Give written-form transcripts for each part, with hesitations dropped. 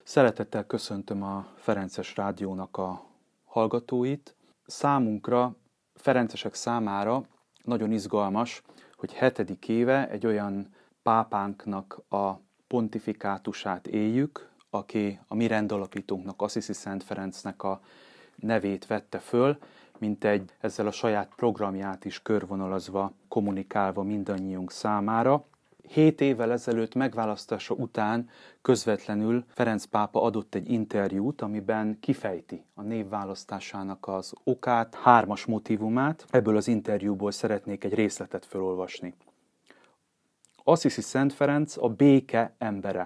Szeretettel köszöntöm a Ferences Rádiónak a hallgatóit. Számunkra, ferencesek számára nagyon izgalmas, hogy 7. éve egy olyan pápánknak a pontifikátusát éljük, aki a mi rendalapítónknak, Assisi Szent Ferencnek a nevét vette föl, mint ezzel a saját programját is körvonalazva, kommunikálva mindannyiunk számára. 7 évvel ezelőtt megválasztása után közvetlenül Ferenc pápa adott egy interjút, amiben kifejti a névválasztásának az okát, 3 motívumát. Ebből az interjúból szeretnék egy részletet felolvasni. Assisi Szent Ferenc a béke embere.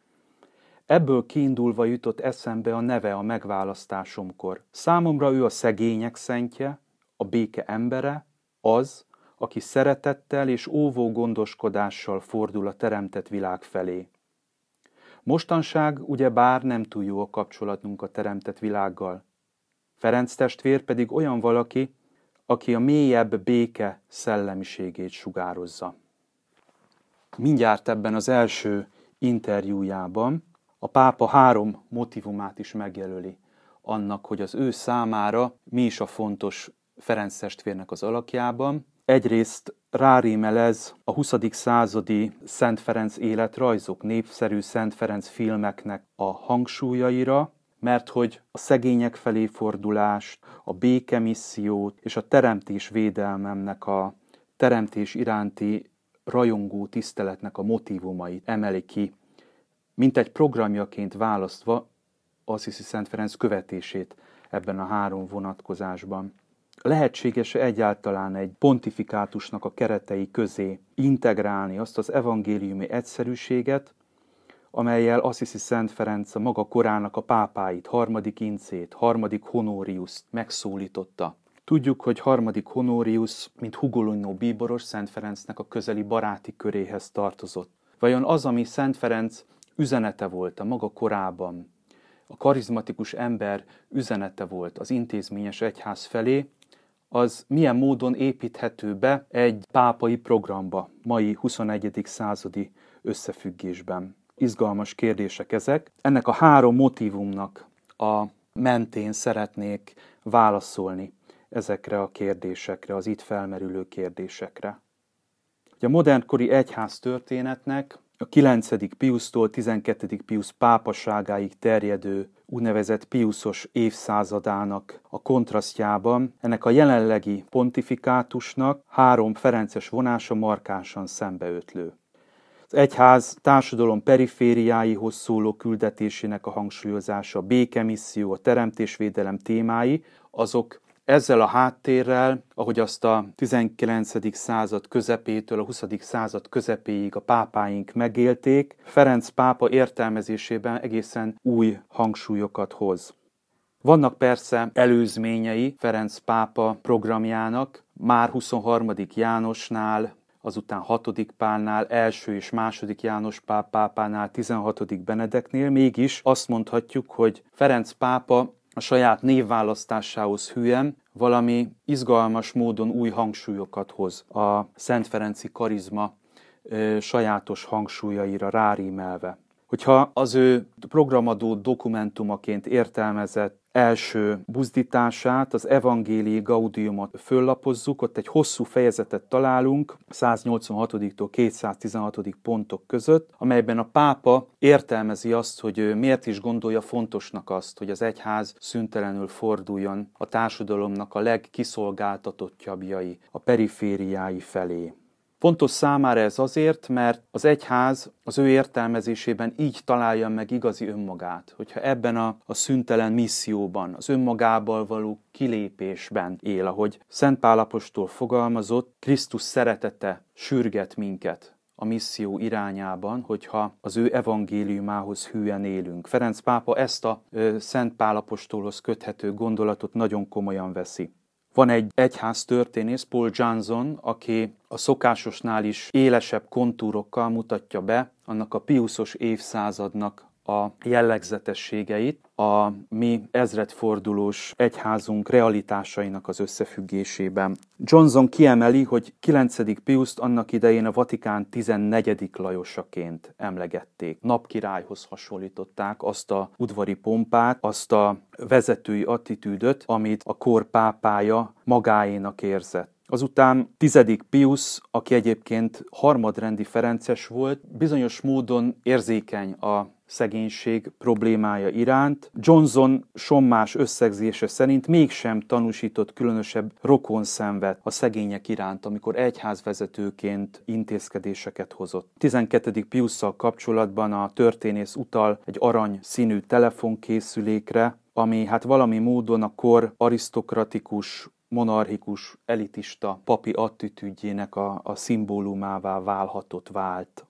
Ebből kiindulva jutott eszembe a neve a megválasztásomkor. Számomra ő a szegények szentje, a béke embere, az, aki szeretettel és óvó gondoskodással fordul a teremtett világ felé. Mostanság ugyebár nem túl jó a kapcsolatunk a teremtett világgal. Ferenc testvér pedig olyan valaki, aki a mélyebb béke szellemiségét sugározza. Mindjárt ebben az első interjújában a pápa 3 motívumát is megjelöli annak, hogy az ő számára mi is a fontos Ferenc testvérnek az alakjában. Egyrészt rárímel ez a 20. századi Szent Ferenc életrajzok, népszerű Szent Ferenc filmeknek a hangsúlyaira, mert hogy a szegények felé fordulást, a békemissziót és a teremtés védelmemnek, a teremtés iránti rajongó tiszteletnek a motívumait emeli ki, mint egy programjaként választva Assisi Szent Ferenc követését ebben a 3 vonatkozásban. Lehetséges egyáltalán egy pontifikátusnak a keretei közé integrálni azt az evangéliumi egyszerűséget, amellyel Assisi Szent Ferenc a maga korának a pápáit, 3. Incét, 3. Honoriust megszólította. Tudjuk, hogy 3. Honorius, mint Ugolino bíboros, Szent Ferencnek a közeli baráti köréhez tartozott. Vajon az, ami Szent Ferenc üzenete volt a maga korában, a karizmatikus ember üzenete volt az intézményes egyház felé, az milyen módon építhető be egy pápai programba, mai 21. századi összefüggésben. Izgalmas kérdések ezek. Ennek a 3 motívumnak a mentén szeretnék válaszolni ezekre a kérdésekre, az itt felmerülő kérdésekre. A modernkori egyház történetnek a 9. Piusztól 12. Piusz pápaságáig terjedő úgynevezett piuszos évszázadának a kontrasztjában ennek a jelenlegi pontifikátusnak 3 ferences vonása markánsan szembeötlő. Az egyház társadalom perifériáihoz szóló küldetésének a hangsúlyozása, a békemisszió, a teremtésvédelem témái, azok ezzel a háttérrel, ahogy azt a 19. század közepétől a 20. század közepéig a pápáink megélték, Ferenc pápa értelmezésében egészen új hangsúlyokat hoz. Vannak persze előzményei Ferenc pápa programjának, már 23. Jánosnál, azután 6. Pálnál, 1. és 2. János Pál pápánál, 16. Benedeknél, mégis azt mondhatjuk, hogy Ferenc pápa a saját névválasztásához hűen valami izgalmas módon új hangsúlyokat hoz a Szent Ferenci karizma sajátos hangsúlyaira rárímelve. Hogyha az ő programadó dokumentumaként értelmezett első buzdítását, az Evangelii Gaudiumot föllapozzuk, ott egy hosszú fejezetet találunk, 186-tól 216. pontok között, amelyben a pápa értelmezi azt, hogy ő miért is gondolja fontosnak azt, hogy az egyház szüntelenül forduljon a társadalomnak a legkiszolgáltatottabbjai, a perifériái felé. Fontos számára ez azért, mert az egyház az ő értelmezésében így találja meg igazi önmagát, hogyha ebben a szüntelen misszióban, az önmagából való kilépésben él, ahogy Szent Pál apostol fogalmazott, Krisztus szeretete sürget minket a misszió irányában, hogyha az ő evangéliumához hűen élünk. Ferenc pápa ezt a Szent Pál apostolhoz köthető gondolatot nagyon komolyan veszi. Van egy egyháztörténész, Paul Johnson, aki a szokásosnál is élesebb kontúrokkal mutatja be annak a piuszos évszázadnak a jellegzetességeit a mi ezredfordulós egyházunk realitásainak az összefüggésében. Johnson kiemeli, hogy 9. Piuszt annak idején a Vatikán 14. Lajosaként emlegették. Napkirályhoz hasonlították azt a udvari pompát, azt a vezetői attitűdöt, amit a kor pápája magáénak érzett. Azután 10. Piusz, aki egyébként harmadrendi ferences volt, bizonyos módon érzékeny a szegénység problémája iránt. Johnson sommás összegzése szerint mégsem tanúsított különösebb rokonszenvet a szegények iránt, amikor egyházvezetőként intézkedéseket hozott. 12. Piusszal kapcsolatban a történész utal egy arany színű telefonkészülékre, ami valami módon a kor arisztokratikus, monarchikus, elitista papi attitűdjének a szimbólumává vált.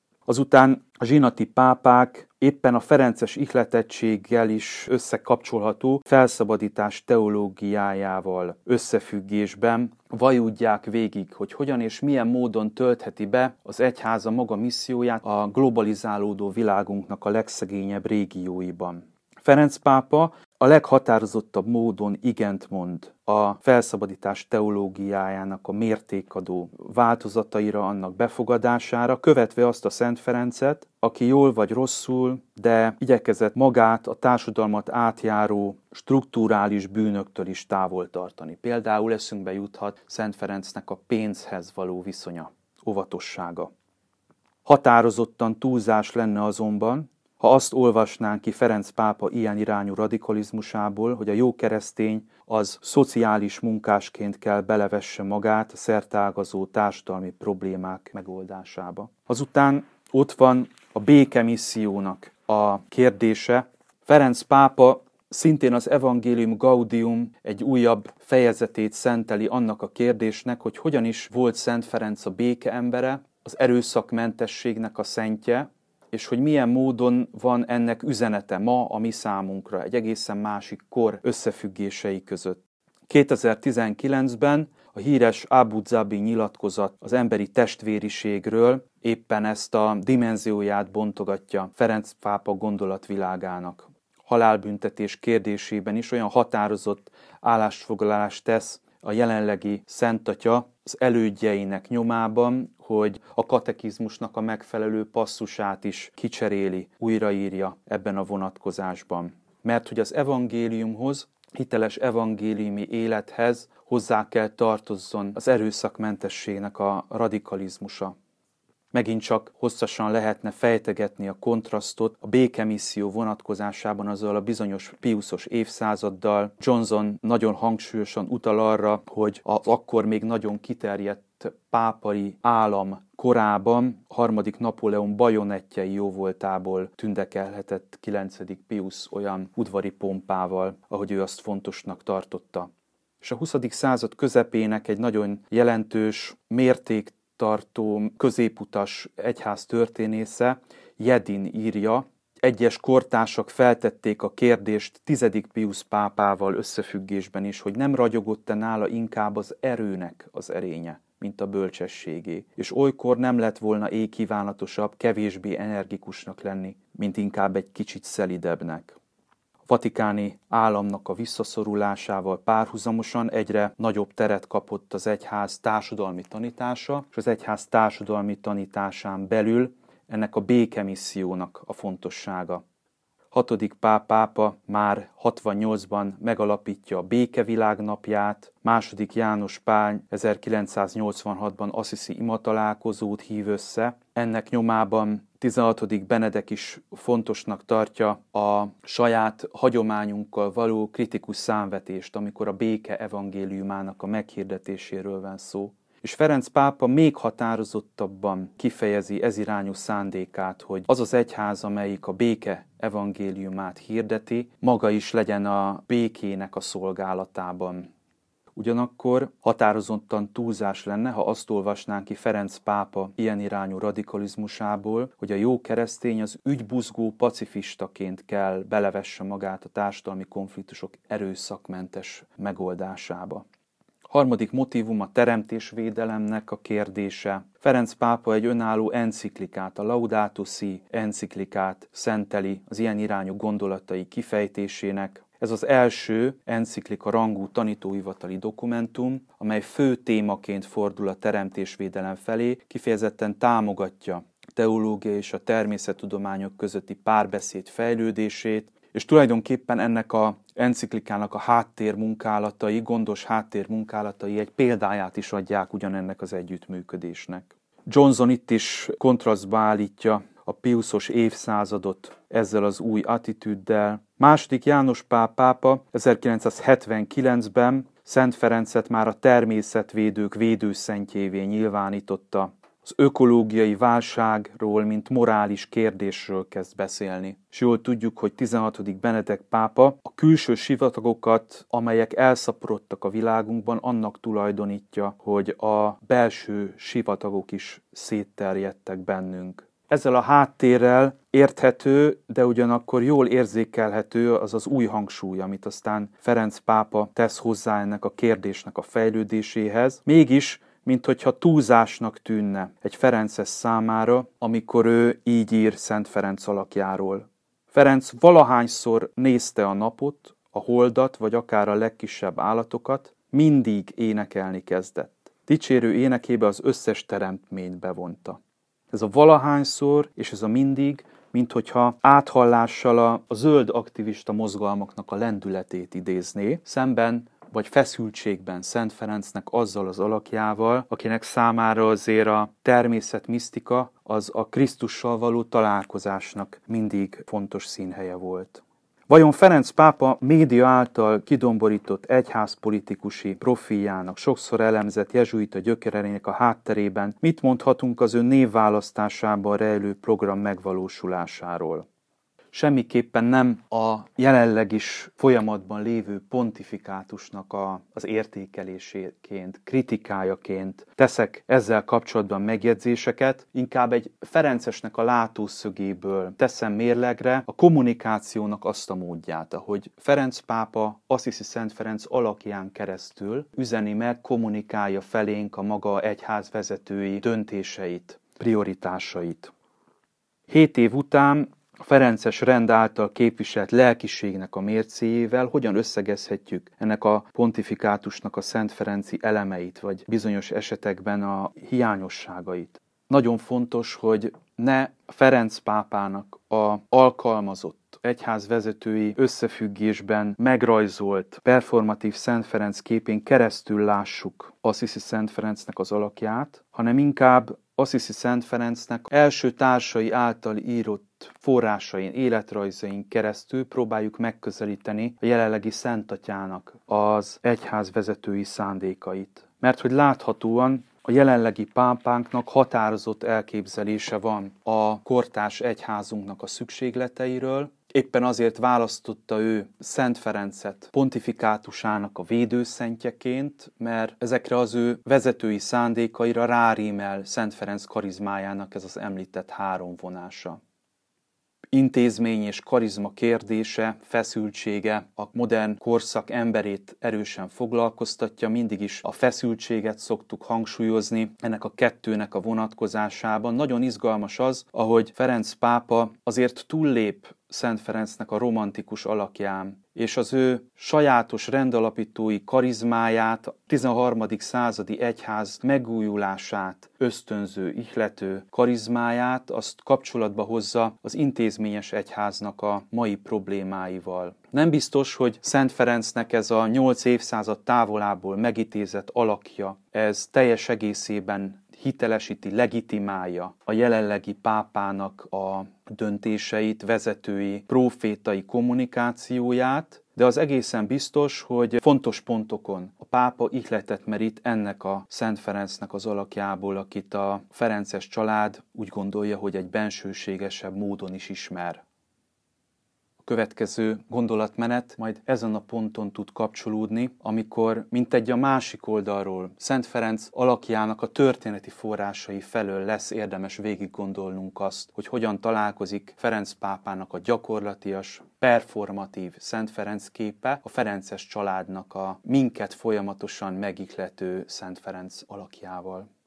Azután a zsinati pápák éppen a ferences ihletettséggel is összekapcsolható felszabadítás teológiájával összefüggésben vajudják végig, hogy hogyan és milyen módon töltheti be az egyház a maga misszióját a globalizálódó világunknak a legszegényebb régióiban. Ferenc pápa a leghatározottabb módon igent mond a felszabadítás teológiájának a mértékadó változataira, annak befogadására, követve azt a Szent Ferencet, aki jól vagy rosszul, de igyekezett magát a társadalmat átjáró strukturális bűnöktől is távol tartani. Például eszünkbe juthat Szent Ferencnek a pénzhez való viszonya, óvatossága. Határozottan túlzás lenne azonban, ha azt olvasnánk ki Ferenc pápa ilyen irányú radikalizmusából, hogy a jó keresztény az szociális munkásként kell belevesse magát a szerteágazó társadalmi problémák megoldásába. Azután ott van a békemissziónak a kérdése. Ferenc pápa szintén az Evangelium Gaudium egy újabb fejezetét szenteli annak a kérdésnek, hogy hogyan is volt Szent Ferenc a béke embere, az erőszakmentességnek a szentje, és hogy milyen módon van ennek üzenete ma a mi számunkra, egy egészen másik kor összefüggései között. 2019-ben a híres Abu Zabi nyilatkozat az emberi testvériségről éppen ezt a dimenzióját bontogatja Ferenc pápa gondolatvilágának. Halálbüntetés kérdésében is olyan határozott állásfoglalást tesz a jelenlegi Szentatya az elődjeinek nyomában, hogy a katekizmusnak a megfelelő passzusát is kicseréli, újraírja ebben a vonatkozásban. Mert hogy az evangéliumhoz, hiteles evangéliumi élethez hozzá kell tartozzon az erőszakmentességnek a radikalizmusa. Megint csak hosszasan lehetne fejtegetni a kontrasztot a békemisszió vonatkozásában azzal a bizonyos piuszos évszázaddal. Johnson nagyon hangsúlyosan utal arra, hogy az akkor még nagyon kiterjedt pápai állam korában harmadik Napóleon bajonettjei jóvoltából tündekelhetett 9. Piusz olyan udvari pompával, ahogy ő azt fontosnak tartotta. És a 20. század közepének egy nagyon jelentős mértéktartó középutas egyház történésze, Jedin írja, egyes kortársak feltették a kérdést 10. Piusz pápával összefüggésben is, hogy nem ragyogott-e nála inkább az erőnek az erénye, mint a bölcsességé, és olykor nem lett volna kívánatosabb, kevésbé energikusnak lenni, mint inkább egy kicsit szelidebbnek. A vatikáni államnak a visszaszorulásával párhuzamosan egyre nagyobb teret kapott az egyház társadalmi tanítása, és az egyház társadalmi tanításán belül ennek a békemissziónak a fontossága. 6. pápa már 68-ban megalapítja a Békevilág napját, II. János Pál 1986-ban Assisi imatalálkozót hív össze. Ennek nyomában 16. Benedek is fontosnak tartja a saját hagyományunkkal való kritikus számvetést, amikor a béke evangéliumának a meghirdetéséről van szó. És Ferenc pápa még határozottabban kifejezi ezirányú szándékát, hogy az az egyház, amelyik a béke evangéliumát hirdeti, maga is legyen a békének a szolgálatában. Ugyanakkor határozottan túlzás lenne, ha azt olvasnánk ki Ferenc pápa ilyen irányú radikalizmusából, hogy a jó keresztény az ügybuzgó pacifistaként kell belevesse magát a társadalmi konfliktusok erőszakmentes megoldásába. Harmadik motívum a teremtésvédelemnek a kérdése. Ferenc pápa egy önálló enciklikát, a Laudato Si enciklikát szenteli az ilyen irányú gondolatai kifejtésének. Ez az első enciklika rangú tanítóhivatali dokumentum, amely fő témaként fordul a teremtésvédelem felé, kifejezetten támogatja a teológia és a természettudományok közötti párbeszéd fejlődését, és tulajdonképpen ennek a enciklikának a háttérmunkálatai, gondos háttérmunkálatai egy példáját is adják ugyanennek az együttműködésnek. Johnson itt is kontrasztba állítja a piuszos évszázadot ezzel az új attitűddel. II. János Pál pápa 1979-ben Szent Ferencet már a természetvédők védőszentjévé nyilvánította. Az ökológiai válságról, mint morális kérdésről kezd beszélni. És jól tudjuk, hogy 16. Benedek pápa a külső sivatagokat, amelyek elszaporodtak a világunkban, annak tulajdonítja, hogy a belső sivatagok is szétterjedtek bennünk. Ezzel a háttérrel érthető, de ugyanakkor jól érzékelhető az az új hangsúly, amit aztán Ferenc pápa tesz hozzá ennek a kérdésnek a fejlődéséhez. Mégis, minthogyha túlzásnak tűnne egy ferences számára, amikor ő így ír Szent Ferenc alakjáról. Ferenc valahányszor nézte a napot, a holdat, vagy akár a legkisebb állatokat, mindig énekelni kezdett. Dicsérő énekébe az összes teremtményt bevonta. Ez a valahányszor és ez a mindig, minthogyha áthallással a zöld aktivista mozgalmaknak a lendületét idézné, szemben vagy feszültségben Szent Ferencnek azzal az alakjával, akinek számára azért a természet misztika az a Krisztussal való találkozásnak mindig fontos színhelye volt. Vajon Ferenc pápa média által kidomborított egyházpolitikusi profiljának, sokszor elemzett jezsuita gyökereinek a hátterében mit mondhatunk az ő névválasztásában rejlő program megvalósulásáról? Semmiképpen nem a jelenleg is folyamatban lévő pontifikátusnak az értékeléséként, kritikájaként teszek ezzel kapcsolatban megjegyzéseket, inkább egy ferencesnek a látószögéből teszem mérlegre a kommunikációnak azt a módját, ahogy Ferenc pápa, Assisi Szent Ferenc alakján keresztül üzeni meg, kommunikálja felénk a maga egyház vezetői döntéseit, prioritásait. 7 év után a ferences rend által képviselt lelkiségnek a mércéjével hogyan összegezhetjük ennek a pontifikátusnak a Szent Ferenci elemeit, vagy bizonyos esetekben a hiányosságait. Nagyon fontos, hogy ne Ferenc pápának a alkalmazott egyházvezetői összefüggésben megrajzolt performatív Szent Ferenc képén keresztül lássuk Assisi Szent Ferencnek az alakját, hanem inkább Assisi Szent Ferencnek első társai által írott forrásain, életrajzain keresztül próbáljuk megközelíteni a jelenlegi Szent Atyának az egyház vezetői szándékait. Mert hogy láthatóan a jelenlegi pápánknak határozott elképzelése van a kortárs egyházunknak a szükségleteiről, éppen azért választotta ő Szent Ferencet pontifikátusának a védőszentjeként, mert ezekre az ő vezetői szándékaira rárímel Szent Ferenc karizmájának ez az említett 3 vonása. Intézmény és karizma kérdése, feszültsége a modern korszak emberét erősen foglalkoztatja, mindig is a feszültséget szoktuk hangsúlyozni ennek a kettőnek a vonatkozásában. Nagyon izgalmas az, ahogy Ferenc pápa azért túllép Szent Ferencnek a romantikus alakján, és az ő sajátos rendalapítói karizmáját, a 13. századi egyház megújulását ösztönző, ihlető karizmáját, azt kapcsolatba hozza az intézményes egyháznak a mai problémáival. Nem biztos, hogy Szent Ferencnek ez a 8 évszázad távolából megidézett alakja, ez teljes egészében hitelesíti, legitimálja a jelenlegi pápának a döntéseit, vezetői, profétai kommunikációját, de az egészen biztos, hogy fontos pontokon a pápa ihletet merít ennek a Szent Ferencnek az alakjából, akit a ferences család úgy gondolja, hogy egy bensőségesebb módon is ismer. A következő gondolatmenet majd ezen a ponton tud kapcsolódni, amikor mintegy a másik oldalról Szent Ferenc alakjának a történeti forrásai felől lesz érdemes végig gondolnunk azt, hogy hogyan találkozik Ferenc pápának a gyakorlatias, performatív Szent Ferenc képe a ferences családnak a minket folyamatosan megihlető Szent Ferenc alakjával.